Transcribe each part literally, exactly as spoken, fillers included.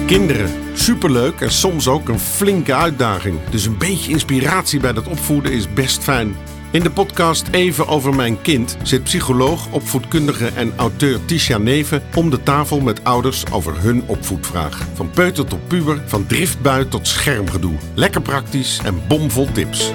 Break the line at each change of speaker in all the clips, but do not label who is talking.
Kinderen, superleuk en soms ook een flinke uitdaging. Dus een beetje inspiratie bij dat opvoeden is best fijn. In de podcast Even over mijn kind zit psycholoog, opvoedkundige en auteur Tisha Neven om de tafel met ouders over hun opvoedvraag. Van peuter tot puber, van driftbui tot schermgedoe. Lekker praktisch en bomvol tips.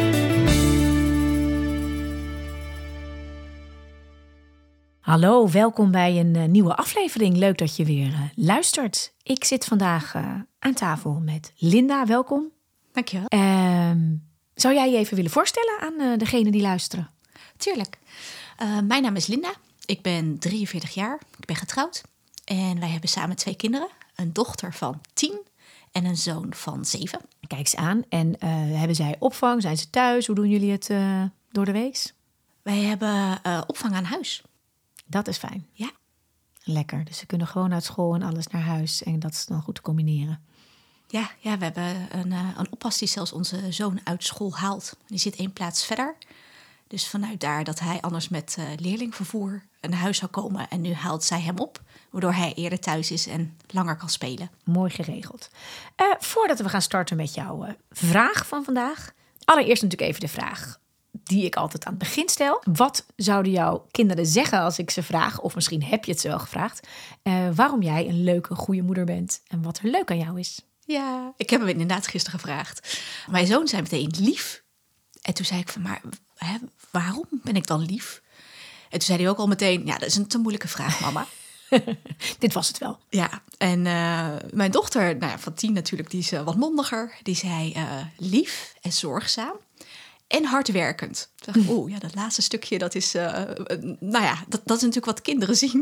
Hallo, welkom bij een uh, nieuwe aflevering. Leuk dat je weer uh, luistert. Ik zit vandaag uh, aan tafel met Linda. Welkom.
Dankjewel.
Uh, zou jij je even willen voorstellen aan uh, degenen die luisteren?
Tuurlijk. Uh, mijn naam is Linda. Ik ben drieënveertig jaar. Ik ben getrouwd. En wij hebben samen twee kinderen. Een dochter van tien en een zoon van zeven.
Kijk eens aan. En uh, hebben zij opvang? Zijn ze thuis? Hoe doen jullie het uh, door de week?
Wij hebben uh, opvang aan huis.
Dat is fijn.
Ja.
Lekker. Dus ze kunnen gewoon uit school en alles naar huis. En dat is dan goed te combineren.
Ja, ja we hebben een, uh, een oppas die zelfs onze zoon uit school haalt. Die zit één plaats verder. Dus vanuit daar dat hij anders met uh, leerlingvervoer naar huis zou komen. En nu haalt zij hem op. Waardoor hij eerder thuis is en langer kan spelen.
Mooi geregeld. Uh, voordat we gaan starten met jouw uh, vraag van vandaag. Allereerst natuurlijk even de vraag die ik altijd aan het begin stel. Wat zouden jouw kinderen zeggen als ik ze vraag, of misschien heb je het ze wel gevraagd, uh, waarom jij een leuke, goede moeder bent en wat er leuk aan jou is?
Ja, ik heb hem inderdaad gisteren gevraagd. Mijn zoon zei meteen lief. En toen zei ik van, maar hè, waarom ben ik dan lief? En toen zei hij ook al meteen, ja, dat is een te moeilijke vraag, mama.
Dit was het wel.
Ja, en uh, mijn dochter, nou ja, van tien natuurlijk, die is uh, wat mondiger. Die zei uh, lief en zorgzaam. En hardwerkend. Toen dacht ik, oeh, ja, dat laatste stukje, dat is, uh, uh, nou ja, dat, dat is natuurlijk wat kinderen zien.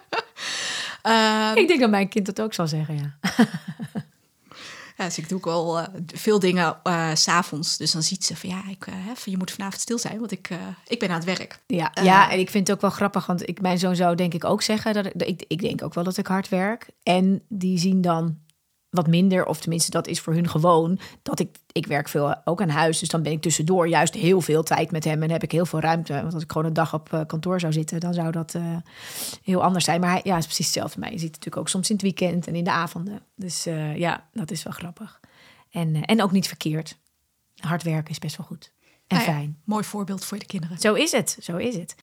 uh, ik denk dat mijn kind dat ook zal zeggen, ja.
ja, dus ik doe ook wel uh, veel dingen uh, 's avonds. Dus dan ziet ze van, ja, ik, uh, je moet vanavond stil zijn, want ik, uh, ik ben aan het werk.
Ja, uh, ja, en ik vind het ook wel grappig, want ik, mijn zoon zou denk ik ook zeggen, dat ik, ik, ik denk ook wel dat ik hard werk. En die zien dan wat minder, of tenminste dat is voor hun gewoon, dat ik, ik werk veel ook aan huis. Dus dan ben ik tussendoor juist heel veel tijd met hem en heb ik heel veel ruimte. Want als ik gewoon een dag op uh, kantoor zou zitten, dan zou dat uh, heel anders zijn. Maar hij, ja, het is precies hetzelfde. Maar je ziet het natuurlijk ook soms in het weekend en in de avonden. Dus uh, ja, dat is wel grappig. En, uh, en ook niet verkeerd. Hard werken is best wel goed. En
nou ja,
fijn.
Mooi voorbeeld voor de kinderen.
Zo is het, zo is het.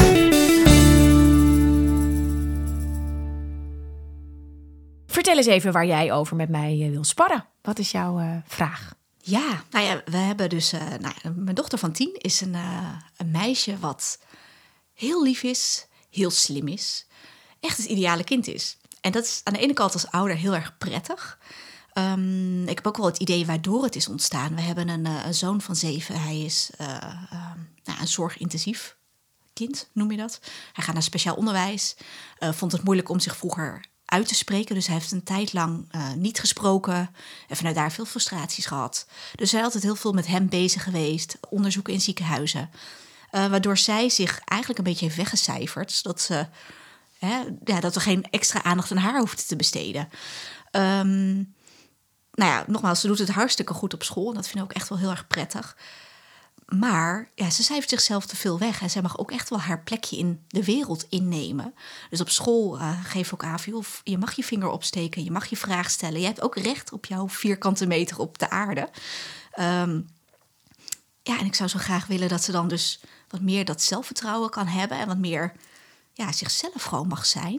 Vertel eens even waar jij over met mij uh, wil sparren. Wat is jouw uh, vraag?
Ja, nou ja, we hebben dus... Uh, nou ja, mijn dochter van tien is een, uh, een meisje wat heel lief is, heel slim is. Echt het ideale kind is. En dat is aan de ene kant als ouder heel erg prettig. Um, ik heb ook wel het idee waardoor het is ontstaan. We hebben een, uh, een zoon van zeven. Hij is uh, uh, nou, een zorgintensief kind, noem je dat. Hij gaat naar speciaal onderwijs. Uh, vond het moeilijk om zich vroeger uit te spreken. Dus hij heeft een tijd lang uh, niet gesproken. En vanuit daar veel frustraties gehad. Dus hij is altijd heel veel met hem bezig geweest. Onderzoeken in ziekenhuizen. Uh, waardoor zij zich eigenlijk een beetje heeft weggecijferd. Zodat, ze, hè, ja, dat we geen extra aandacht aan haar hoefden te besteden. Um, nou ja, nogmaals, ze doet het hartstikke goed op school. En dat vind ik ook echt wel heel erg prettig. Maar ja, ze cijfert zichzelf te veel weg. En zij mag ook echt wel haar plekje in de wereld innemen. Dus op school uh, geef ook aan, joh, je mag je vinger opsteken. Je mag je vraag stellen. Je hebt ook recht op jouw vierkante meter op de aarde. Um, ja, en ik zou zo graag willen dat ze dan dus wat meer dat zelfvertrouwen kan hebben. En wat meer ja, zichzelf gewoon mag zijn.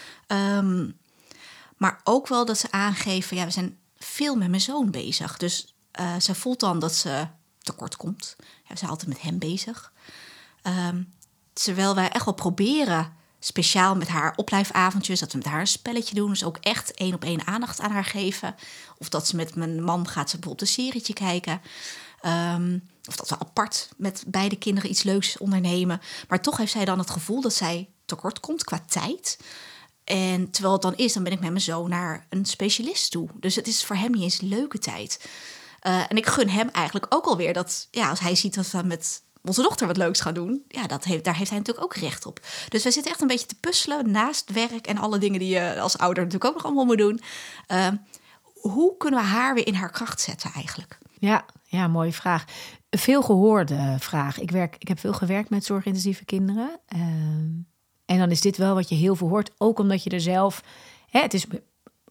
Um, maar ook wel dat ze aangeven, ja, we zijn veel met mijn zoon bezig. Dus uh, ze voelt dan dat ze tekort komt. Ja, we zijn altijd met hem bezig. Um, terwijl wij echt wel proberen, speciaal met haar oplijfavondjes, dat we met haar een spelletje doen. Dus ook echt één op één aandacht aan haar geven. Of dat ze met mijn man gaat ze bijvoorbeeld een serietje kijken. Um, of dat we apart met beide kinderen iets leuks ondernemen. Maar toch heeft zij dan het gevoel dat zij tekort komt qua tijd. En terwijl het dan is, dan ben ik met mijn zoon naar een specialist toe. Dus het is voor hem niet eens leuke tijd. Uh, en ik gun hem eigenlijk ook alweer dat, ja, als hij ziet dat we met onze dochter wat leuks gaan doen, ja, dat heeft, daar heeft hij natuurlijk ook recht op. Dus wij zitten echt een beetje te puzzelen naast werk en alle dingen die je als ouder natuurlijk ook nog allemaal moet doen. Uh, hoe kunnen we haar weer in haar kracht zetten eigenlijk?
Ja, ja, mooie vraag. Een veel gehoorde vraag. Ik, werk, ik heb veel gewerkt met zorgintensieve kinderen. Uh, en dan is dit wel wat je heel veel hoort. Ook omdat je er zelf, hè, het is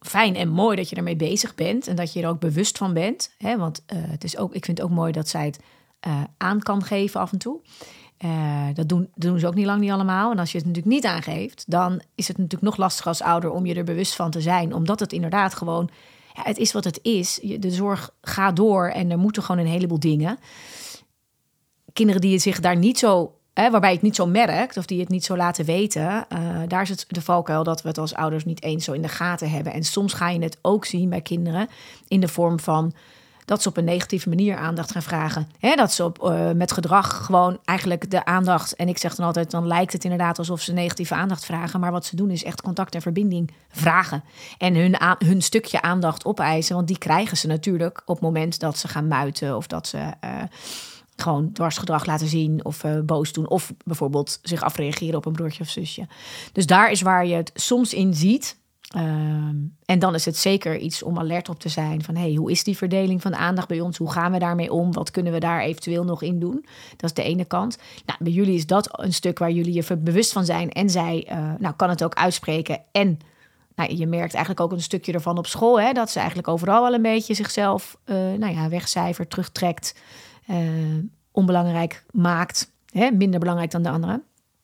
fijn en mooi dat je ermee bezig bent en dat je er ook bewust van bent. Hè? Want uh, het is ook, ik vind het ook mooi dat zij het uh, aan kan geven af en toe. Uh, dat, doen, dat doen ze ook niet lang niet allemaal. En als je het natuurlijk niet aangeeft, dan is het natuurlijk nog lastiger als ouder om je er bewust van te zijn. Omdat het inderdaad gewoon, ja, het is wat het is. De zorg gaat door en er moeten gewoon een heleboel dingen. Kinderen die zich daar niet zo... Hè, waarbij je het niet zo merkt of die het niet zo laten weten. Uh, daar is het de valkuil dat we het als ouders niet eens zo in de gaten hebben. En soms ga je het ook zien bij kinderen in de vorm van dat ze op een negatieve manier aandacht gaan vragen. Hè, dat ze op, uh, met gedrag gewoon eigenlijk de aandacht... En ik zeg dan altijd, dan lijkt het inderdaad alsof ze negatieve aandacht vragen. Maar wat ze doen is echt contact en verbinding vragen. En hun, aan, hun stukje aandacht opeisen. Want die krijgen ze natuurlijk op het moment dat ze gaan muiten of dat ze... Uh, gewoon dwarsgedrag laten zien of uh, boos doen. Of bijvoorbeeld zich afreageren op een broertje of zusje. Dus daar is waar je het soms in ziet. Um, en dan is het zeker iets om alert op te zijn. Van hey, hoe is die verdeling van de aandacht bij ons? Hoe gaan we daarmee om? Wat kunnen we daar eventueel nog in doen? Dat is de ene kant. Nou, bij jullie is dat een stuk waar jullie je bewust van zijn. En zij uh, nou, kan het ook uitspreken. En nou, je merkt eigenlijk ook een stukje ervan op school. Hè, dat ze eigenlijk overal wel een beetje zichzelf uh, nou ja, wegcijfert, terugtrekt. Uh, onbelangrijk maakt. Hè, minder belangrijk dan de anderen.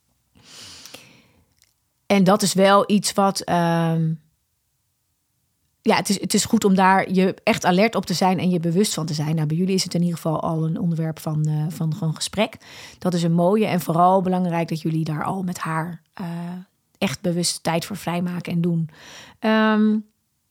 En dat is wel iets wat... Uh, ja, het is, het is goed om daar je echt alert op te zijn en je bewust van te zijn. Nou, bij jullie is het in ieder geval al een onderwerp van, uh, van gewoon gesprek. Dat is een mooie en vooral belangrijk dat jullie daar al met haar uh, echt bewust tijd voor vrijmaken en doen. Um,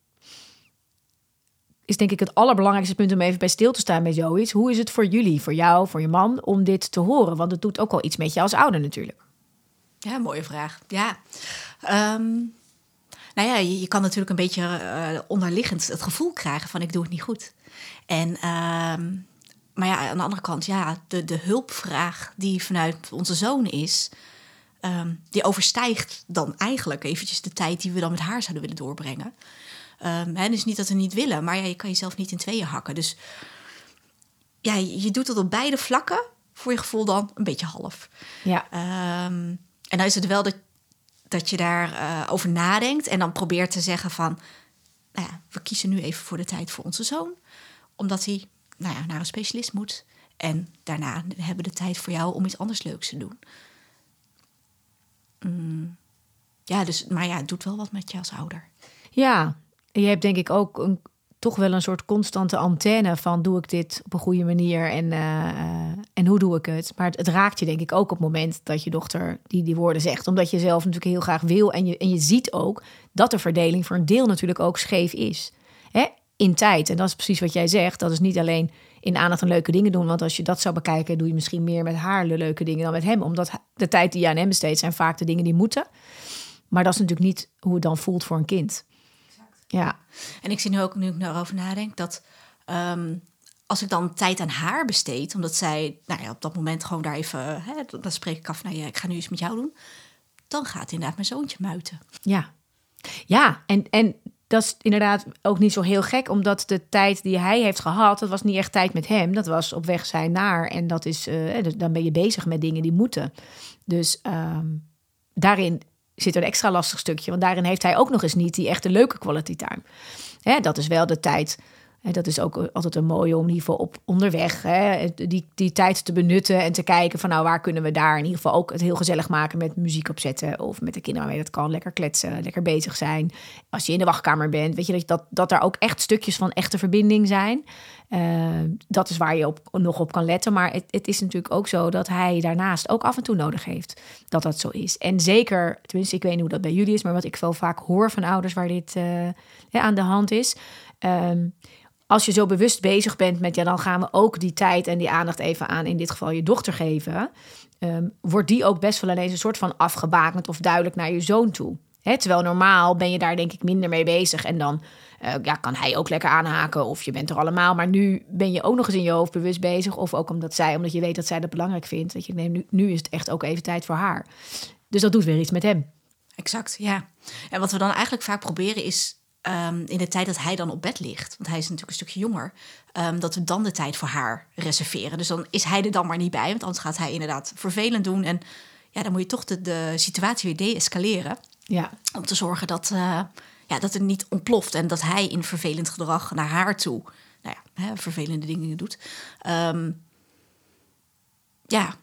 is denk ik het allerbelangrijkste punt om even bij stil te staan bij zoiets. Hoe is het voor jullie, voor jou, voor je man, om dit te horen? Want het doet ook wel iets met je als ouder natuurlijk.
Ja, mooie vraag. Ja, um, nou ja, je, je kan natuurlijk een beetje uh, onderliggend het gevoel krijgen van ik doe het niet goed. En, um, maar ja, aan de andere kant, ja, de, de hulpvraag die vanuit onze zoon is, um, die overstijgt dan eigenlijk eventjes de tijd die we dan met haar zouden willen doorbrengen. Um, hè, dus niet dat we niet willen, maar ja, je kan jezelf niet in tweeën hakken. Dus ja, je doet het op beide vlakken, voor je gevoel dan een beetje half.
Ja.
Um, en dan is het wel dat, dat je daarover uh, over nadenkt en dan probeert te zeggen van, nou ja, we kiezen nu even voor de tijd voor onze zoon, omdat hij nou ja, naar een specialist moet. En daarna hebben we de tijd voor jou om iets anders leuks te doen. Mm, ja, dus, maar ja, het doet wel wat met je als ouder.
Ja, je hebt denk ik ook een, toch wel een soort constante antenne van doe ik dit op een goede manier en, uh, en hoe doe ik het? Maar het, het raakt je denk ik ook op het moment dat je dochter die, die woorden zegt. Omdat je zelf natuurlijk heel graag wil en je, en je ziet ook dat de verdeling voor een deel natuurlijk ook scheef is. Hè? In tijd. En dat is precies wat jij zegt. Dat is niet alleen in aandacht en leuke dingen doen. Want als je dat zou bekijken, doe je misschien meer met haar de leuke dingen dan met hem. Omdat de tijd die je aan hem besteedt zijn vaak de dingen die moeten. Maar dat is natuurlijk niet hoe het dan voelt voor een kind. Ja.
En ik zie nu ook, nu ik daarover nadenk, dat um, als ik dan tijd aan haar besteed, omdat zij nou ja, op dat moment gewoon daar even, hè, dan spreek ik af, nou ja, ik ga nu eens met jou doen, dan gaat inderdaad mijn zoontje muiten.
Ja, ja en, en dat is inderdaad ook niet zo heel gek, omdat de tijd die hij heeft gehad, dat was niet echt tijd met hem, dat was op weg zijn naar en dat is, uh, dan ben je bezig met dingen die moeten. Dus um, daarin zit er een extra lastig stukje. Want daarin heeft hij ook nog eens niet die echte leuke quality time. Hè, dat is wel de tijd. Hè, dat is ook altijd een mooie om in ieder geval op onderweg hè, die, die tijd te benutten en te kijken van nou waar kunnen we daar in ieder geval ook het heel gezellig maken met muziek opzetten of met de kinderen waarmee dat kan. Lekker kletsen, lekker bezig zijn. Als je in de wachtkamer bent, weet je dat, dat, dat er ook echt stukjes van echte verbinding zijn. Uh, dat is waar je op, nog op kan letten. Maar het, het is natuurlijk ook zo dat hij daarnaast ook af en toe nodig heeft dat dat zo is. En zeker, tenminste ik weet niet hoe dat bij jullie is, maar wat ik wel vaak hoor van ouders waar dit uh, ja, aan de hand is. Um, als je zo bewust bezig bent met, ja, dan gaan we ook die tijd en die aandacht even aan, in dit geval je dochter geven. Um, wordt die ook best wel ineens een soort van afgebakend of duidelijk naar je zoon toe. Hè, terwijl normaal ben je daar denk ik minder mee bezig. En dan uh, ja, kan hij ook lekker aanhaken of je bent er allemaal. Maar nu ben je ook nog eens in je hoofd bewust bezig. Of ook omdat zij, omdat je weet dat zij dat belangrijk vindt. Dat je neemt, nu, nu is het echt ook even tijd voor haar. Dus dat doet weer iets met hem.
Exact, ja. En wat we dan eigenlijk vaak proberen is, Um, in de tijd dat hij dan op bed ligt, want hij is natuurlijk een stukje jonger, um, dat we dan de tijd voor haar reserveren. Dus dan is hij er dan maar niet bij, want anders gaat hij inderdaad vervelend doen. En ja, dan moet je toch de, de situatie weer de-escaleren.
Ja.
Om te zorgen dat, uh, ja, dat het niet ontploft. En dat hij in vervelend gedrag naar haar toe... nou ja, hè, vervelende dingen doet. Um, ja.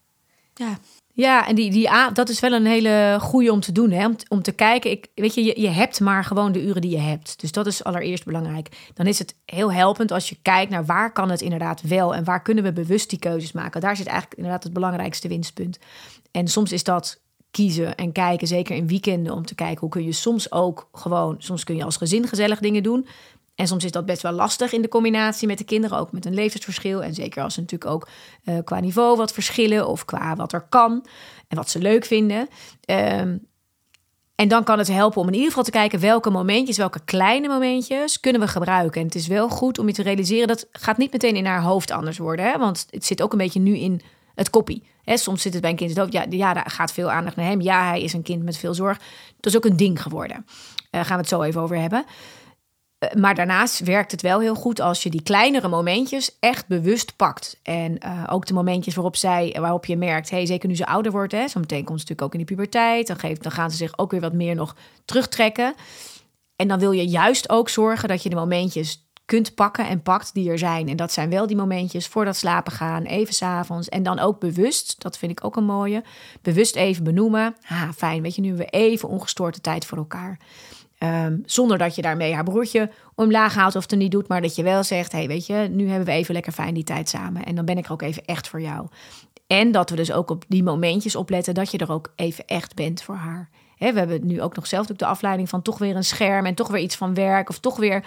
Ja.
Ja, en die, die, dat is wel een hele goeie om te doen. Hè? Om, om te kijken, ik, weet je, je, je hebt maar gewoon de uren die je hebt. Dus dat is allereerst belangrijk. Dan is het heel helpend als je kijkt naar waar kan het inderdaad wel... en waar kunnen we bewust die keuzes maken. Daar zit eigenlijk inderdaad het belangrijkste winstpunt. En soms is dat kiezen en kijken, zeker in weekenden... om te kijken hoe kun je soms ook gewoon... soms kun je als gezin gezellig dingen doen... En soms is dat best wel lastig in de combinatie met de kinderen, ook met een leeftijdsverschil. En zeker als ze natuurlijk ook uh, qua niveau wat verschillen of qua wat er kan en wat ze leuk vinden. Um, en dan kan het helpen om in ieder geval te kijken welke momentjes, welke kleine momentjes kunnen we gebruiken. En het is wel goed om je te realiseren, dat gaat niet meteen in haar hoofd anders worden. Hè? Want het zit ook een beetje nu in het koppie. Hè? Soms zit het bij een kind in het hoofd, ja, ja, daar gaat veel aandacht naar hem. Ja, hij is een kind met veel zorg. Dat is ook een ding geworden. Daar uh, gaan we het zo even over hebben. Maar daarnaast werkt het wel heel goed als je die kleinere momentjes echt bewust pakt. En uh, ook de momentjes waarop zij, waarop je merkt, hey, zeker nu ze ouder wordt, hè, zo meteen komt ze natuurlijk ook in die puberteit. Dan, geeft, dan gaan ze zich ook weer wat meer nog terugtrekken. En dan wil je juist ook zorgen dat je de momentjes kunt pakken en pakt die er zijn. En dat zijn wel die momentjes voordat slapen gaan, even 's avonds. En dan ook bewust, dat vind ik ook een mooie, bewust even benoemen. Ah, fijn, weet je, nu hebben we even ongestoorde tijd voor elkaar. Um, zonder dat je daarmee haar broertje omlaag haalt of het niet doet, maar dat je wel zegt, hey, weet je, nu hebben we even lekker fijn die tijd samen. En dan ben ik er ook even echt voor jou. En dat we dus ook op die momentjes opletten dat je er ook even echt bent voor haar. He, we hebben nu ook nog zelf ook de afleiding van toch weer een scherm en toch weer iets van werk of toch weer...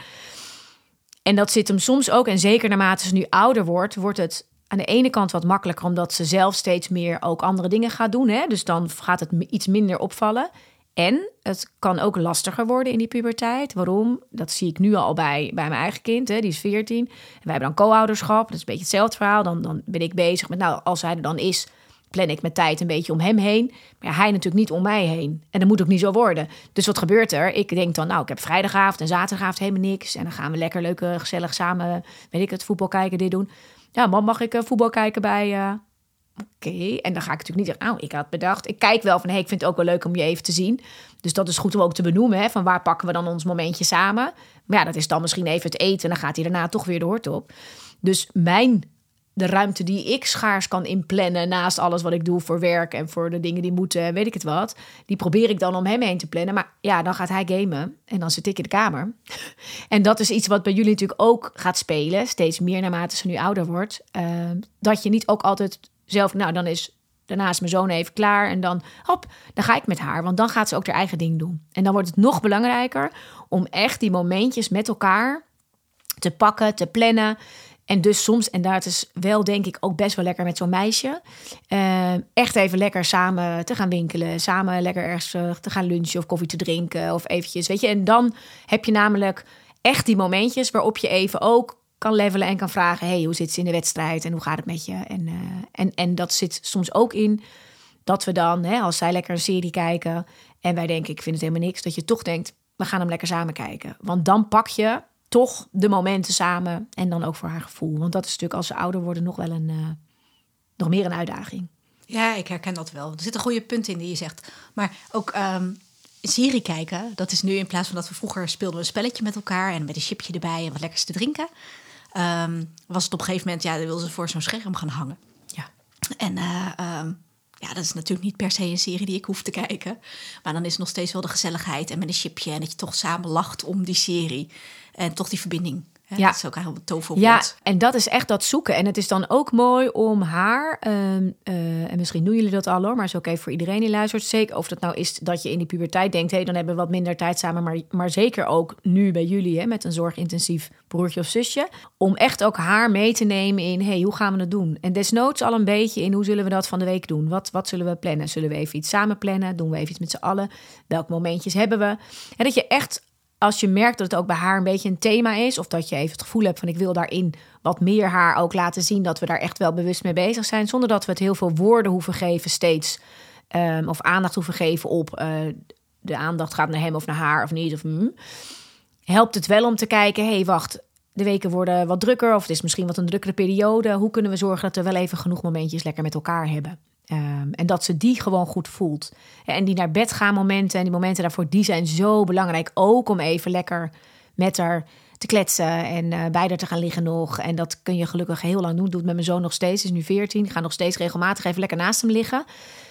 En dat zit hem soms ook, en zeker naarmate ze nu ouder wordt, wordt het aan de ene kant wat makkelijker, omdat ze zelf steeds meer ook andere dingen gaat doen. Hè? Dus dan gaat het iets minder opvallen. En het kan ook lastiger worden in die puberteit. Waarom? Dat zie ik nu al bij, bij mijn eigen kind. Hè? Die is veertien. En wij hebben dan co-ouderschap. Dat is een beetje hetzelfde verhaal. Dan, dan ben ik bezig met, nou, als hij er dan is, plan ik mijn tijd een beetje om hem heen. Maar ja, hij natuurlijk niet om mij heen. En dat moet ook niet zo worden. Dus wat gebeurt er? Ik denk dan, nou, ik heb vrijdagavond en zaterdagavond helemaal niks. En dan gaan we lekker leuk, gezellig samen, weet ik het, voetbal kijken, dit doen. Ja, man, mag ik uh, voetbal kijken bij... Uh... Oké, okay. En dan ga ik natuurlijk niet zeggen, nou, ik had bedacht. Ik kijk wel van, hey, ik vind het ook wel leuk om je even te zien. Dus dat is goed om ook te benoemen, hè, van waar pakken we dan ons momentje samen. Maar ja, dat is dan misschien even het eten. En dan gaat hij daarna toch weer de hort op. Dus mijn, de ruimte die ik schaars kan inplannen naast alles wat ik doe voor werk en voor de dingen die moeten, weet ik het wat, die probeer ik dan om hem heen te plannen. Maar ja, dan gaat hij gamen en dan zit ik in de kamer. En dat is iets wat bij jullie natuurlijk ook gaat spelen, steeds meer naarmate ze nu ouder wordt. Uh, dat je niet ook altijd zelf, nou, dan is daarna is mijn zoon even klaar en dan, hop, dan ga ik met haar. Want dan gaat ze ook haar eigen ding doen. En dan wordt het nog belangrijker om echt die momentjes met elkaar te pakken, te plannen. En dus soms, en dat is wel denk ik ook best wel lekker met zo'n meisje, uh, echt even lekker samen te gaan winkelen, samen lekker ergens uh, te gaan lunchen of koffie te drinken of eventjes, weet je. En dan heb je namelijk echt die momentjes waarop je even ook kan levelen en kan vragen, hey, hoe zit ze in de wedstrijd en hoe gaat het met je? En, uh, en, en dat zit soms ook in dat we dan, hè, als zij lekker een serie kijken en wij denken, ik vind het helemaal niks, dat je toch denkt, we gaan hem lekker samen kijken. Want dan pak je toch de momenten samen en dan ook voor haar gevoel. Want dat is natuurlijk als ze ouder worden nog wel een, uh, nog meer een uitdaging.
Ja, ik herken dat wel. Er zitten goede punten in die je zegt. Maar ook um, serie kijken, dat is nu in plaats van dat we vroeger speelden een spelletje met elkaar en met een chipje erbij en wat lekkers te drinken. Um, was het op een gegeven moment, ja, dan wilden ze voor zo'n scherm gaan hangen.
Ja.
En uh, um, ja, dat is natuurlijk niet per se een serie die ik hoef te kijken. Maar dan is het nog steeds wel de gezelligheid en met een chipje en dat je toch samen lacht om die serie. En toch die verbinding. Hè?
Ja.
Dat is ook eigenlijk een toverwoord.
Ja, en dat is echt dat zoeken. En het is dan ook mooi om haar, um, uh, en misschien doen jullie dat al hoor, maar is ook even voor iedereen die luistert. Zeker of dat nou is dat je in die puberteit denkt, hé, hey, dan hebben we wat minder tijd samen. Maar, maar zeker ook nu bij jullie, hè, met een zorgintensief broertje of zusje. Om echt ook haar mee te nemen in, hé, hey, hoe gaan we het doen? En desnoods al een beetje in, hoe zullen we dat van de week doen? Wat, wat zullen we plannen? Zullen we even iets samen plannen? Doen we even iets met z'n allen? Welke momentjes hebben we? En dat je echt, als je merkt dat het ook bij haar een beetje een thema is, of dat je even het gevoel hebt van ik wil daarin wat meer haar ook laten zien dat we daar echt wel bewust mee bezig zijn, zonder dat we het heel veel woorden hoeven geven steeds, um, of aandacht hoeven geven op uh, de aandacht gaat naar hem of naar haar of niet. Of, mm, helpt het wel om te kijken, hé, hey, wacht, de weken worden wat drukker of het is misschien wat een drukkere periode. Hoe kunnen we zorgen dat we wel even genoeg momentjes lekker met elkaar hebben? Um, en dat ze die gewoon goed voelt. En die naar bed gaan momenten en die momenten daarvoor, die zijn zo belangrijk. Ook om even lekker met haar te kletsen en uh, bij haar te gaan liggen nog. En dat kun je gelukkig heel lang doen. Doet met mijn zoon nog steeds, is nu veertien. Ik ga nog steeds regelmatig even lekker naast hem liggen.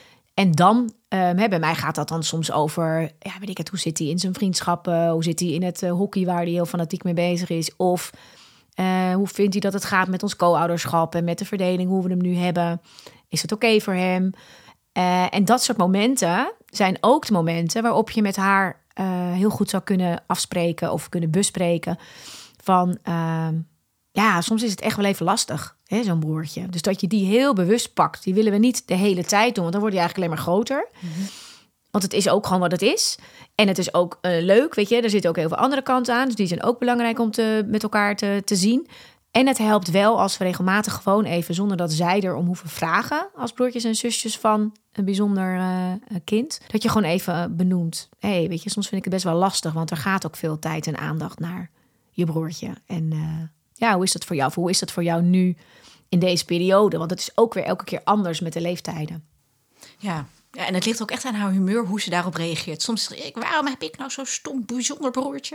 En dan, um, hè, bij mij gaat dat dan soms over, ja, weet ik het, hoe zit hij in zijn vriendschappen? Hoe zit hij in het uh, hockey waar hij heel fanatiek mee bezig is? Of uh, hoe vindt hij dat het gaat met ons co-ouderschap en met de verdeling, hoe we hem nu hebben? Is het oké okay voor hem? Uh, en dat soort momenten zijn ook de momenten waarop je met haar uh, heel goed zou kunnen afspreken of kunnen bespreken. Van, uh, ja, soms is het echt wel even lastig, hè, zo'n broertje. Dus dat je die heel bewust pakt. Die willen we niet de hele tijd doen, want dan wordt hij eigenlijk alleen maar groter. Mm-hmm. Want het is ook gewoon wat het is. En het is ook uh, leuk, weet je. Er zitten ook heel veel andere kanten aan. Dus die zijn ook belangrijk om te, met elkaar te, te zien. En het helpt wel als we regelmatig gewoon even, zonder dat zij erom hoeven vragen, als broertjes en zusjes van een bijzonder uh, kind, dat je gewoon even benoemt. Hé, hey, weet je, soms vind ik het best wel lastig, want er gaat ook veel tijd en aandacht naar je broertje. En uh, ja, hoe is dat voor jou? Of hoe is dat voor jou nu in deze periode? Want het is ook weer elke keer anders met de leeftijden.
Ja. Ja, en het ligt ook echt aan haar humeur hoe ze daarop reageert. Soms zeg ik, waarom heb ik nou zo'n stom, bijzonder broertje?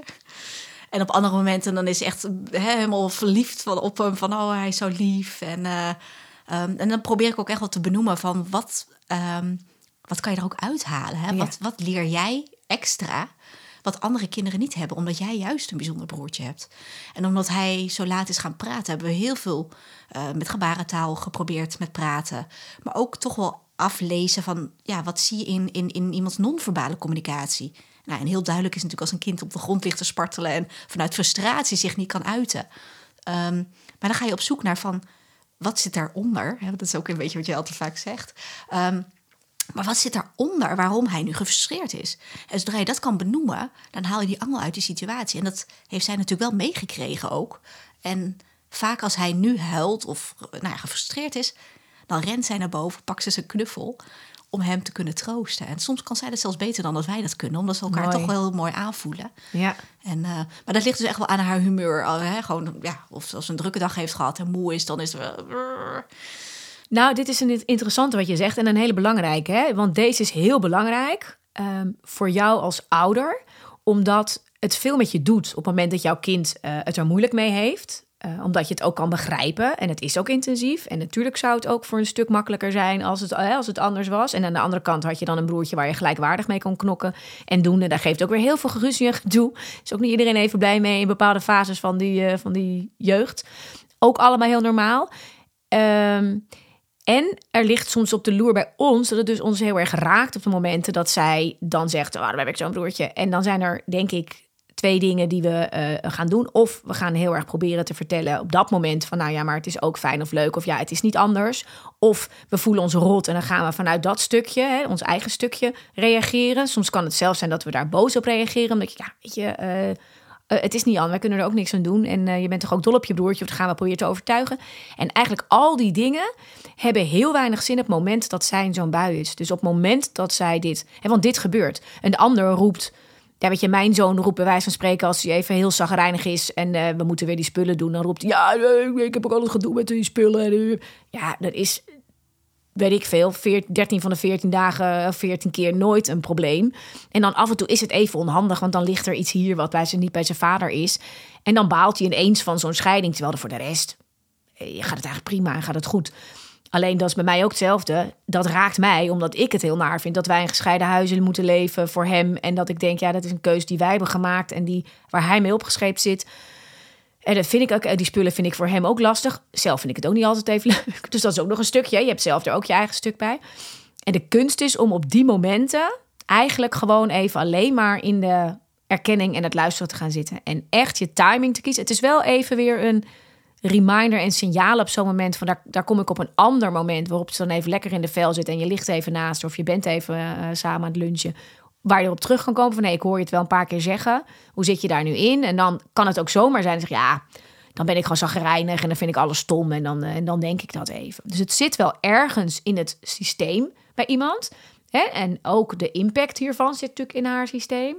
En op andere momenten dan is ze echt he, helemaal verliefd van, op hem. Van, oh, hij is zo lief. En, uh, um, en dan probeer ik ook echt wel te benoemen van, wat, um, wat kan je er ook uithalen? Hè? Ja. Wat, wat leer jij extra wat andere kinderen niet hebben? Omdat jij juist een bijzonder broertje hebt. En omdat hij zo laat is gaan praten, hebben we heel veel uh, met gebarentaal geprobeerd met praten. Maar ook toch wel aflezen van, ja, wat zie je in, in, in iemands non-verbale communicatie? Nou, en heel duidelijk is natuurlijk als een kind op de grond ligt te spartelen en vanuit frustratie zich niet kan uiten. Um, maar dan ga je op zoek naar van, wat zit daaronder? Dat is ook een beetje wat je altijd vaak zegt. Um, maar wat zit daaronder waarom hij nu gefrustreerd is? En zodra je dat kan benoemen, dan haal je die angel uit die situatie. En dat heeft zij natuurlijk wel meegekregen ook. En vaak als hij nu huilt of nou ja, gefrustreerd is, dan rent zij naar boven, pakt ze zijn knuffel om hem te kunnen troosten. En soms kan zij dat zelfs beter dan dat wij dat kunnen, omdat ze elkaar mooi. toch wel heel mooi aanvoelen. Ja. En, uh, maar dat ligt dus echt wel aan haar humeur. Uh, hè? Gewoon, ja, of als ze een drukke dag heeft gehad en moe is, dan is het... Uh,
nou, dit is een interessante wat je zegt en een hele belangrijke. Hè? Want deze is heel belangrijk um, voor jou als ouder, omdat het veel met je doet op het moment dat jouw kind uh, het er moeilijk mee heeft. Uh, omdat je het ook kan begrijpen. En het is ook intensief. En natuurlijk zou het ook voor een stuk makkelijker zijn als het, uh, als het anders was. En aan de andere kant had je dan een broertje waar je gelijkwaardig mee kon knokken en doen. En daar geeft ook weer heel veel geruzie en gedoe. Is ook niet iedereen even blij mee in bepaalde fases van die, uh, van die jeugd. Ook allemaal heel normaal. Um, en er ligt soms op de loer bij ons dat het dus ons heel erg raakt op de momenten dat zij dan zegt, oh, dan heb ik zo'n broertje. En dan zijn er, denk ik, twee dingen die we uh, gaan doen. Of we gaan heel erg proberen te vertellen op dat moment van, nou ja, maar het is ook fijn of leuk. Of ja, het is niet anders. Of we voelen ons rot en dan gaan we vanuit dat stukje, hè, ons eigen stukje, reageren. Soms kan het zelfs zijn dat we daar boos op reageren. Omdat je, ja, weet je, uh, uh, het is niet anders. Wij kunnen er ook niks aan doen. En uh, je bent toch ook dol op je broertje. Of dan gaan we proberen te overtuigen. En eigenlijk al die dingen hebben heel weinig zin op het moment dat zij in zo'n bui is. Dus op het moment dat zij dit, hè, want dit gebeurt. Een ander roept, ja, weet je, mijn zoon roept bij wijze van spreken als hij even heel chagrijnig is en uh, we moeten weer die spullen doen, dan roept hij, ja, ik heb ook al het gedoe met die spullen. Ja, dat is, weet ik veel, dertien van de veertien dagen, veertien keer nooit een probleem. En dan af en toe is het even onhandig, want dan ligt er iets hier wat bij zijn, niet bij zijn vader is. En dan baalt hij ineens van zo'n scheiding, terwijl er voor de rest gaat het eigenlijk prima en gaat het goed. Alleen dat is bij mij ook hetzelfde. Dat raakt mij, omdat ik het heel naar vind dat wij in gescheiden huizen moeten leven voor hem. En dat ik denk, ja, dat is een keuze die wij hebben gemaakt en die waar hij mee opgescheept zit. En dat vind ik ook, die spullen vind ik voor hem ook lastig. Zelf vind ik het ook niet altijd even leuk. Dus dat is ook nog een stukje. Je hebt zelf er ook je eigen stuk bij. En de kunst is om op die momenten eigenlijk gewoon even alleen maar in de erkenning en het luisteren te gaan zitten. En echt je timing te kiezen. Het is wel even weer een reminder en signaal op zo'n moment van daar, daar kom ik op een ander moment waarop ze dan even lekker in de vel zit en je ligt even naast of je bent even uh, samen aan het lunchen, waar je erop terug kan komen van nee, ik hoor je het wel een paar keer zeggen. Hoe zit je daar nu in? En dan kan het ook zomaar zijn dat zeg ja, dan ben ik gewoon chagrijnig en dan vind ik alles stom en dan, uh, en dan denk ik dat even. Dus het zit wel ergens in het systeem bij iemand. Hè? En ook de impact hiervan zit natuurlijk in haar systeem.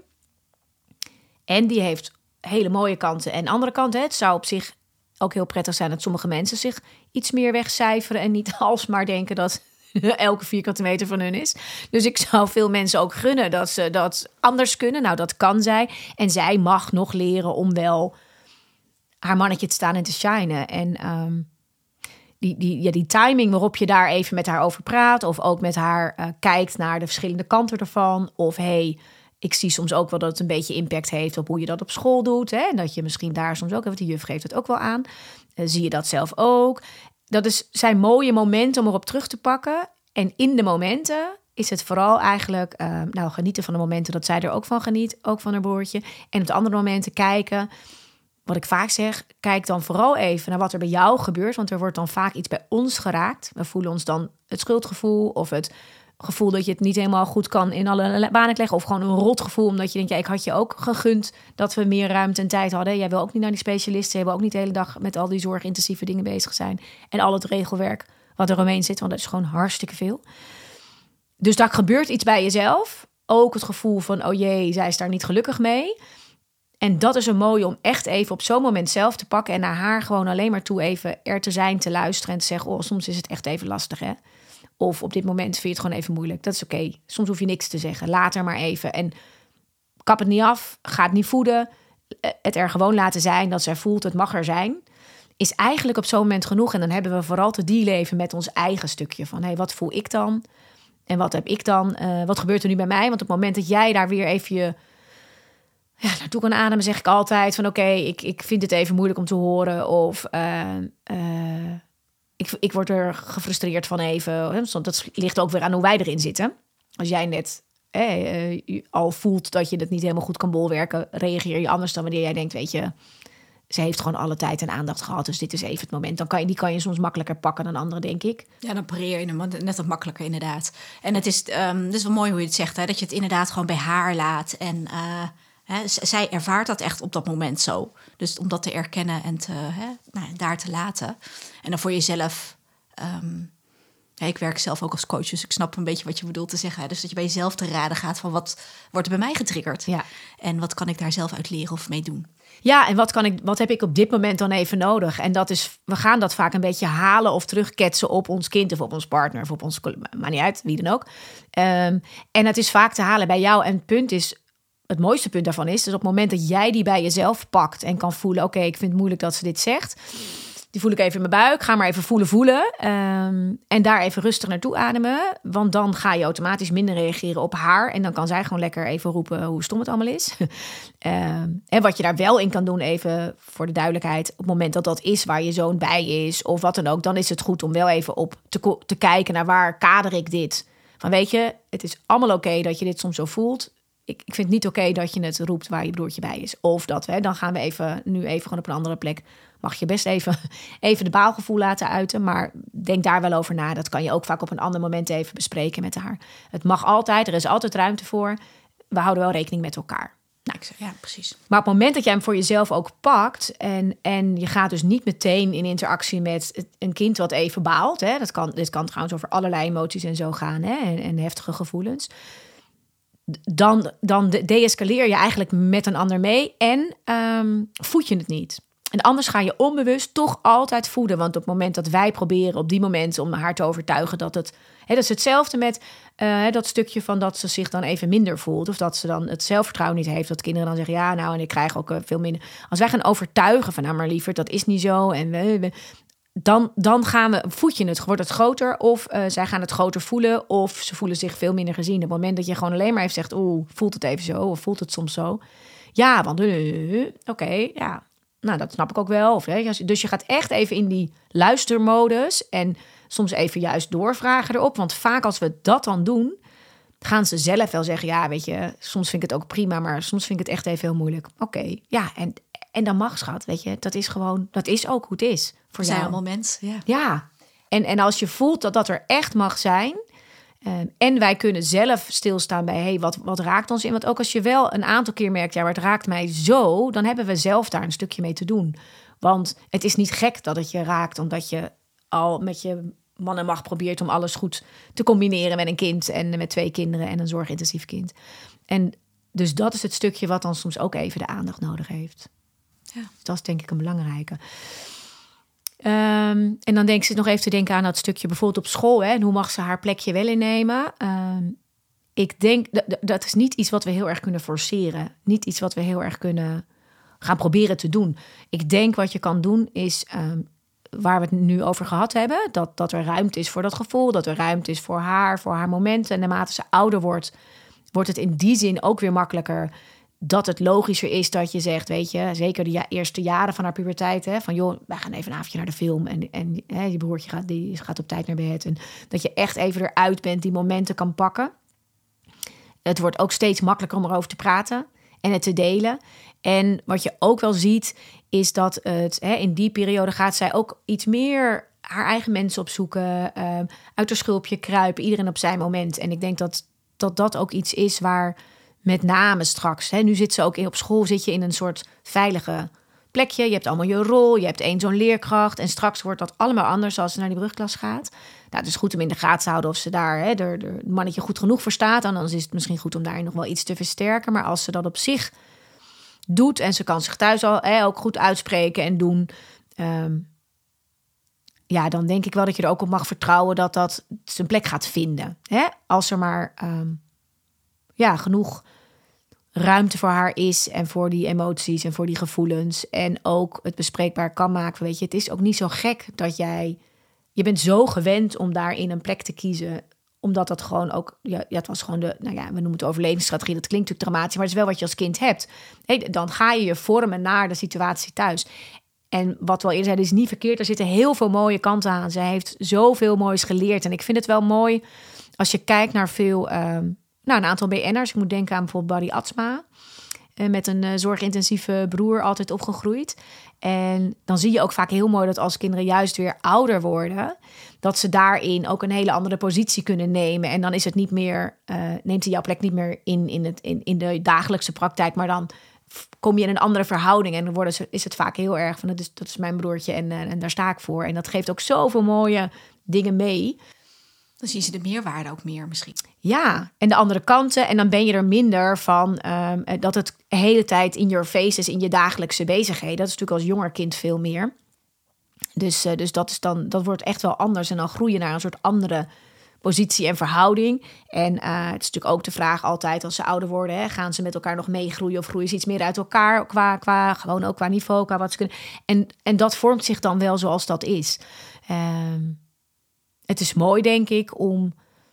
En die heeft hele mooie kanten en andere kanten. Hè? Het zou op zich ook heel prettig zijn dat sommige mensen zich iets meer wegcijferen en niet alsmaar denken dat elke vierkante meter van hun is. Dus ik zou veel mensen ook gunnen dat ze dat anders kunnen. Nou, dat kan zij. En zij mag nog leren om wel haar mannetje te staan en te shinen. En um, die, die, ja, die timing waarop je daar even met haar over praat, of ook met haar uh, kijkt naar de verschillende kanten ervan. Of hey, ik zie soms ook wel dat het een beetje impact heeft op hoe je dat op school doet. Hè? En dat je misschien daar soms ook, want de juf geeft het ook wel aan. Uh, zie je dat zelf ook? Dat is, zijn mooie momenten om erop terug te pakken. En in de momenten is het vooral eigenlijk uh, nou, genieten van de momenten dat zij er ook van geniet. Ook van haar broertje. En op de andere momenten kijken. Wat ik vaak zeg, kijk dan vooral even naar wat er bij jou gebeurt. Want er wordt dan vaak iets bij ons geraakt. We voelen ons dan het schuldgevoel of het gevoel dat je het niet helemaal goed kan in alle banen leggen. Of gewoon een rotgevoel, omdat je denkt, ja, ik had je ook gegund dat we meer ruimte en tijd hadden. Jij wil ook niet naar die specialisten. Je wil ook niet de hele dag met al die zorgintensieve dingen bezig zijn. En al het regelwerk wat er omheen zit, want dat is gewoon hartstikke veel. Dus daar gebeurt iets bij jezelf. Ook het gevoel van, oh jee, zij is daar niet gelukkig mee. En dat is een mooie om echt even op zo'n moment zelf te pakken en naar haar gewoon alleen maar toe even er te zijn, te luisteren en te zeggen, oh, soms is het echt even lastig, hè? Of op dit moment vind je het gewoon even moeilijk. Dat is oké. Okay. Soms hoef je niks te zeggen. Laat er maar even. En kap het niet af. Ga het niet voeden. Het er gewoon laten zijn dat zij voelt, het mag er zijn. Is eigenlijk op zo'n moment genoeg. En dan hebben we vooral te dealen even met ons eigen stukje. Van, hé, hey, wat voel ik dan? En wat heb ik dan? Uh, wat gebeurt er nu bij mij? Want op het moment dat jij daar weer even je ja, naartoe kan ademen, zeg ik altijd van, oké, okay, ik, ik vind het even moeilijk om te horen. Of uh, uh, ik, ik word er gefrustreerd van even. Want dat ligt ook weer aan hoe wij erin zitten. Als jij net eh, uh, al voelt dat je het niet helemaal goed kan bolwerken, reageer je anders dan wanneer jij denkt, weet je, ze heeft gewoon alle tijd en aandacht gehad, dus dit is even het moment. Dan kan je, die kan je soms makkelijker pakken dan anderen, denk ik.
Ja, dan pareer je hem net wat makkelijker, inderdaad. En het is, um, het is wel mooi hoe je het zegt, hè, dat je het inderdaad gewoon bij haar laat. En uh, hè, z- zij ervaart dat echt op dat moment zo. Dus om dat te erkennen en te, hè, nou, daar te laten. En dan voor jezelf. Um, ja, ik werk zelf ook als coach, dus ik snap een beetje wat je bedoelt te zeggen. Hè. Dus dat je bij jezelf te raden gaat van wat wordt er bij mij getriggerd?
Ja.
En wat kan ik daar zelf uit leren of mee doen?
Ja, en wat, kan ik, wat heb ik op dit moment dan even nodig? En dat is, we gaan dat vaak een beetje halen of terugketsen op ons kind of op ons partner of op ons, maakt niet uit, wie dan ook. Um, en het is vaak te halen bij jou. En het punt is, het mooiste punt daarvan is, dus op het moment dat jij die bij jezelf pakt en kan voelen, oké, okay, ik vind het moeilijk dat ze dit zegt. Die voel ik even in mijn buik. Ga maar even voelen, voelen. Um, en daar even rustig naartoe ademen. Want dan ga je automatisch minder reageren op haar. En dan kan zij gewoon lekker even roepen hoe stom het allemaal is. um, en wat je daar wel in kan doen, even voor de duidelijkheid, op het moment dat dat is waar je zoon bij is of wat dan ook, dan is het goed om wel even op te, ko- te kijken naar waar kader ik dit. Van weet je, het is allemaal oké okay dat je dit soms zo voelt. Ik, ik vind het niet oké okay dat je het roept waar je broertje bij is. Of dat, hè, dan gaan we even nu even gewoon op een andere plek. Mag je best even, even de baalgevoel laten uiten. Maar denk daar wel over na. Dat kan je ook vaak op een ander moment even bespreken met haar. Het mag altijd, er is altijd ruimte voor. We houden wel rekening met elkaar. Nou,
ja, precies.
Maar op het moment dat jij hem voor jezelf ook pakt en, en je gaat dus niet meteen in interactie met een kind wat even baalt. Hè, dat kan, dit kan trouwens over allerlei emoties en zo gaan, hè, en, en heftige gevoelens. Dan, dan de-escaleer je eigenlijk met een ander mee en um, voed je het niet. En anders ga je onbewust toch altijd voeden. Want op het moment dat wij proberen op die momenten om haar te overtuigen dat het... Hè, dat is hetzelfde met uh, dat stukje van dat ze zich dan even minder voelt. Of dat ze dan het zelfvertrouwen niet heeft. Dat kinderen dan zeggen, ja nou en ik krijg ook uh, veel minder. Als wij gaan overtuigen van nou maar liever, dat is niet zo. En we, we, dan, dan gaan we, voed je het, wordt het groter. Of uh, zij gaan het groter voelen. Of ze voelen zich veel minder gezien. Op het moment dat je gewoon alleen maar even zegt, oeh, voelt het even zo? Of voelt het soms zo? Ja, want uh, oké, okay, ja. Nou, dat snap ik ook wel. Of, hè, dus je gaat echt even in die luistermodus en soms even juist doorvragen erop. Want vaak als we dat dan doen, gaan ze zelf wel zeggen, ja, weet je, soms vind ik het ook prima, maar soms vind ik het echt even heel moeilijk. Oké, okay, ja, en, en dan mag, schat, weet je, dat is gewoon, dat is ook hoe het is voor jou.
Zijn allemaal mensen, ja.
Ja, en, en als je voelt dat dat er echt mag zijn, Um, en wij kunnen zelf stilstaan bij, hey, wat, wat raakt ons in? Want ook als je wel een aantal keer merkt, ja, maar het raakt mij zo, dan hebben we zelf daar een stukje mee te doen. Want het is niet gek dat het je raakt, omdat je al met je man en macht probeert om alles goed te combineren met een kind en met twee kinderen en een zorgintensief kind. En dus dat is het stukje wat dan soms ook even de aandacht nodig heeft.
Ja.
Dat is denk ik een belangrijke. Um, en dan denk ze nog even te denken aan dat stukje bijvoorbeeld op school. Hè, en hoe mag ze haar plekje wel innemen? Um, ik denk, dat, dat is niet iets wat we heel erg kunnen forceren. Niet iets wat we heel erg kunnen gaan proberen te doen. Ik denk wat je kan doen is, um, waar we het nu over gehad hebben, dat, dat er ruimte is voor dat gevoel, dat er ruimte is voor haar, voor haar momenten. En naarmate ze ouder wordt, wordt het in die zin ook weer makkelijker dat het logischer is dat je zegt, weet je, zeker de ja, eerste jaren van haar puberteit, hè, van joh, wij gaan even een avondje naar de film en, en hè, je broertje gaat, die gaat op tijd naar bed. En dat je echt even eruit bent, die momenten kan pakken. Het wordt ook steeds makkelijker om erover te praten en het te delen. En wat je ook wel ziet, is dat het hè, in die periode gaat zij ook iets meer haar eigen mensen opzoeken, uh, uit haar schulpje kruipen, iedereen op zijn moment. En ik denk dat dat, dat ook iets is waar met name straks, hè, nu zit ze ook in, op school zit je in een soort veilige plekje. Je hebt allemaal je rol, je hebt één zo'n leerkracht. En straks wordt dat allemaal anders als ze naar die brugklas gaat. Nou, het is goed om in de gaten te houden of ze daar hè, er, er mannetje goed genoeg voor staat. En anders is het misschien goed om daarin nog wel iets te versterken. Maar als ze dat op zich doet en ze kan zich thuis al hè, ook goed uitspreken en doen, Um, ja, dan denk ik wel dat je er ook op mag vertrouwen dat dat zijn plek gaat vinden. Hè? Als er maar um, ja, genoeg ruimte voor haar is en voor die emoties en voor die gevoelens. En ook het bespreekbaar kan maken. Weet je, het is ook niet zo gek dat jij, je bent zo gewend om daarin een plek te kiezen, omdat dat gewoon ook, ja, het was gewoon de, nou ja, we noemen het overlevingsstrategie. Dat klinkt natuurlijk dramatisch, maar het is wel wat je als kind hebt. Hey, dan ga je je vormen naar de situatie thuis. En wat we al eerder zeiden, is niet verkeerd. Er zitten heel veel mooie kanten aan. Zij heeft zoveel moois geleerd. En ik vind het wel mooi als je kijkt naar veel, um, nou, een aantal B N'ers. Ik moet denken aan bijvoorbeeld Barry Atsma. Uh, met een uh, zorgintensieve broer altijd opgegroeid. En dan zie je ook vaak heel mooi dat als kinderen juist weer ouder worden, dat ze daarin ook een hele andere positie kunnen nemen. En dan is het niet meer, uh, neemt hij jouw plek niet meer in, in, het, in, in de dagelijkse praktijk, maar dan kom je in een andere verhouding en dan worden ze, is het vaak heel erg van dat is, dat is mijn broertje en, uh, en daar sta ik voor. En dat geeft ook zoveel mooie dingen mee.
Dan zien ze de meerwaarde ook meer misschien.
Ja, en de andere kanten. En dan ben je er minder van um, dat het de hele tijd in your face is in je dagelijkse bezigheden. Dat is natuurlijk als jonger kind veel meer. Dus, uh, dus dat, is dan, dat wordt echt wel anders. En dan groei je naar een soort andere positie en verhouding. En uh, het is natuurlijk ook de vraag altijd als ze ouder worden, hè, gaan ze met elkaar nog meegroeien of groeien ze iets meer uit elkaar qua, qua gewoon ook qua niveau, qua wat ze kunnen. En, en dat vormt zich dan wel zoals dat is. Um, het is mooi, denk ik, om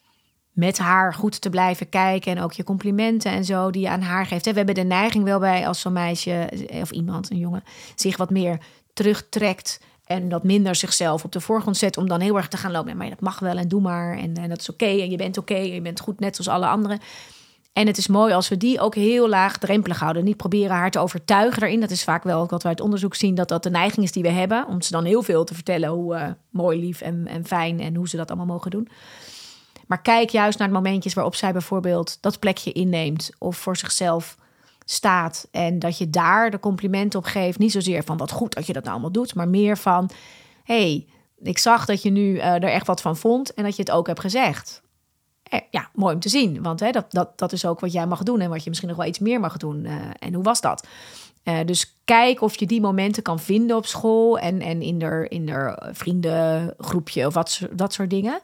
met haar goed te blijven kijken en ook je complimenten en zo die je aan haar geeft. We hebben de neiging wel bij als zo'n meisje of iemand, een jongen, zich wat meer terugtrekt en wat minder zichzelf op de voorgrond zet om dan heel erg te gaan lopen. Maar dat mag wel en doe maar. En, en dat is oké. Okay, en je bent oké. Okay, en je bent goed net zoals alle anderen. En het is mooi als we die ook heel laagdrempelig houden. Niet proberen haar te overtuigen daarin. Dat is vaak wel wat we uit onderzoek zien. Dat dat de neiging is die we hebben. Om ze dan heel veel te vertellen hoe uh, mooi, lief en, en fijn. En hoe ze dat allemaal mogen doen. Maar kijk juist naar de momentjes waarop zij bijvoorbeeld dat plekje inneemt. Of voor zichzelf staat en dat je daar de complimenten op geeft. Niet zozeer van wat goed dat je dat nou allemaal doet, maar meer van, hey, ik zag dat je nu uh, er echt wat van vond en dat je het ook hebt gezegd. Eh, ja, mooi om te zien, want hè, dat, dat, dat is ook wat jij mag doen en wat je misschien nog wel iets meer mag doen. Uh, en hoe was dat? Uh, dus kijk of je die momenten kan vinden op school en, en in de, in de vriendengroepje of wat, dat soort dingen.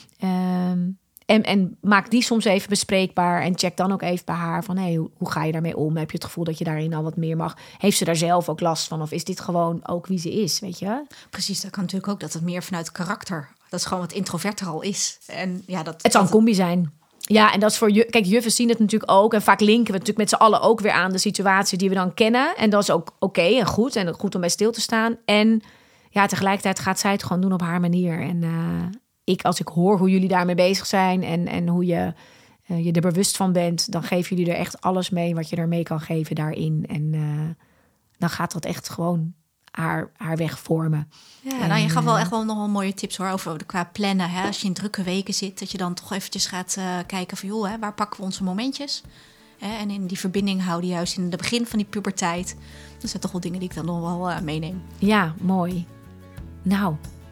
Um, En, en maak die soms even bespreekbaar. En check dan ook even bij haar van, hey, hoe, hoe ga je daarmee om? Heb je het gevoel dat je daarin al wat meer mag? Heeft ze daar zelf ook last van? Of is dit gewoon ook wie ze is, weet je?
Precies, dat kan natuurlijk ook dat het meer vanuit karakter. Dat is gewoon wat introverter al is. En ja, dat,
het zal
dat...
een combi zijn. Ja, en dat is voor je. Kijk, juffen zien het natuurlijk ook. En vaak linken we natuurlijk met z'n allen ook weer aan de situatie die we dan kennen. En dat is ook oké okay en goed. En goed om bij stil te staan. En ja, tegelijkertijd gaat zij het gewoon doen op haar manier. En uh, ik, als ik hoor hoe jullie daarmee bezig zijn en, en hoe je uh, je er bewust van bent, dan geven jullie er echt alles mee wat je ermee kan geven daarin. En uh, dan gaat dat echt gewoon haar, haar weg vormen.
Ja,
en,
nou, je gaf wel echt wel nog wel mooie tips hoor, over qua plannen. Hè? Als je in drukke weken zit, dat je dan toch eventjes gaat uh, kijken van, joh, hè, waar pakken we onze momentjes? Hè? En in die verbinding houden, juist in het begin van die puberteit. Dat zijn toch wel dingen die ik dan nog wel uh, meeneem.
Ja, mooi. Nou,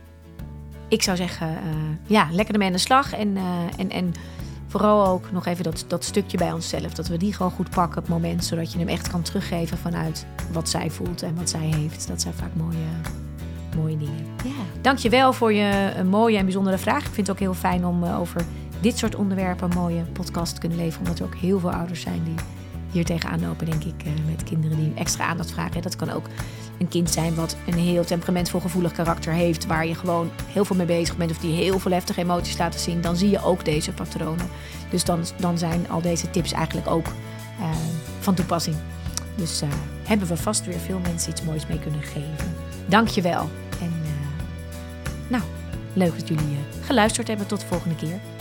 ik zou zeggen, uh, ja, lekker ermee aan de slag. En, uh, en, en vooral ook nog even dat, dat stukje bij onszelf. Dat we die gewoon goed pakken op het moment. Zodat je hem echt kan teruggeven vanuit wat zij voelt en wat zij heeft. Dat zijn vaak mooie, mooie dingen.
Ja.
Dankjewel voor je een mooie en bijzondere vraag. Ik vind het ook heel fijn om uh, over dit soort onderwerpen een mooie podcast te kunnen leveren. Omdat er ook heel veel ouders zijn die hier tegenaan lopen, denk ik. Uh, met kinderen die extra aandacht vragen. Dat kan ook een kind zijn wat een heel temperamentvol gevoelig karakter heeft. Waar je gewoon heel veel mee bezig bent. Of die heel veel heftige emoties laten zien. Dan zie je ook deze patronen. Dus dan, dan zijn al deze tips eigenlijk ook uh, van toepassing. Dus uh, hebben we vast weer veel mensen iets moois mee kunnen geven. Dank je wel. En uh, nou, leuk dat jullie uh, geluisterd hebben. Tot de volgende keer.